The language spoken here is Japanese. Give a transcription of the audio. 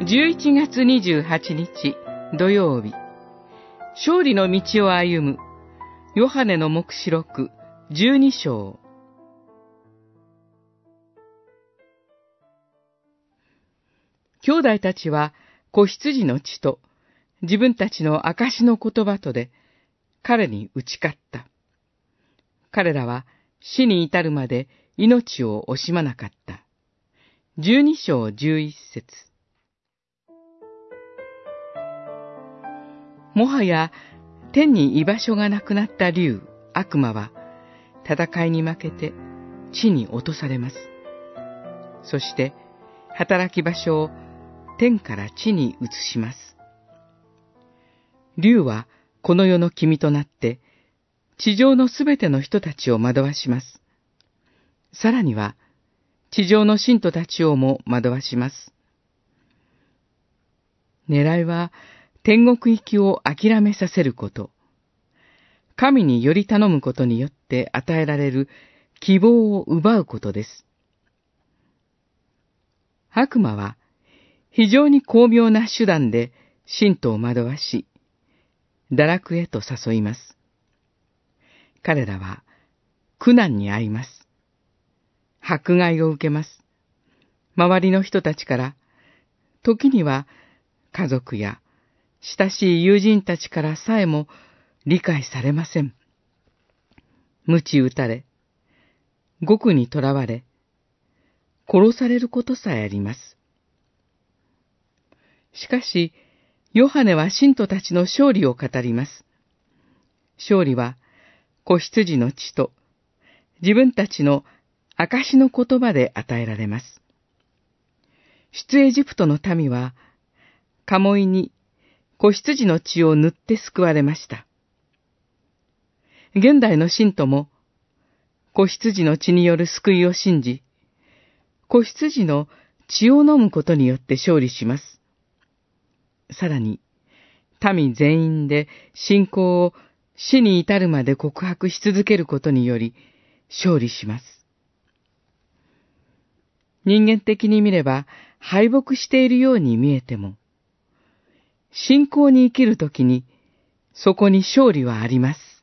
11月28日土曜日、勝利の道を歩むヨハネの黙示録12章。兄弟たちは子羊の血と自分たちの証の言葉とで彼に打ち勝った。彼らは死に至るまで命を惜しまなかった。12章11節。もはや天に居場所がなくなった竜、悪魔は戦いに負けて地に落とされます。そして働き場所を天から地に移します。竜はこの世の君となって地上のすべての人たちを惑わします。さらには地上の信徒たちをも惑わします。狙いは天国行きを諦めさせること、神により頼むことによって与えられる希望を奪うことです。悪魔は非常に巧妙な手段で信徒を惑わし、堕落へと誘います。彼らは苦難に遭います。迫害を受けます。周りの人たちから、時には家族や親しい友人たちからさえも理解されません。鞭打たれ、獄に囚われ、殺されることさえあります。しかし、ヨハネは信徒たちの勝利を語ります。勝利は子羊の血と自分たちの証の言葉で与えられます。出エジプトの民は、鴨居に子羊の血を塗って救われました。現代の信徒も、子羊の血による救いを信じ、子羊の血を飲むことによって勝利します。さらに、民全員で信仰を死に至るまで告白し続けることにより勝利します。人間的に見れば敗北しているように見えても、信仰に生きるときにそこに勝利はあります。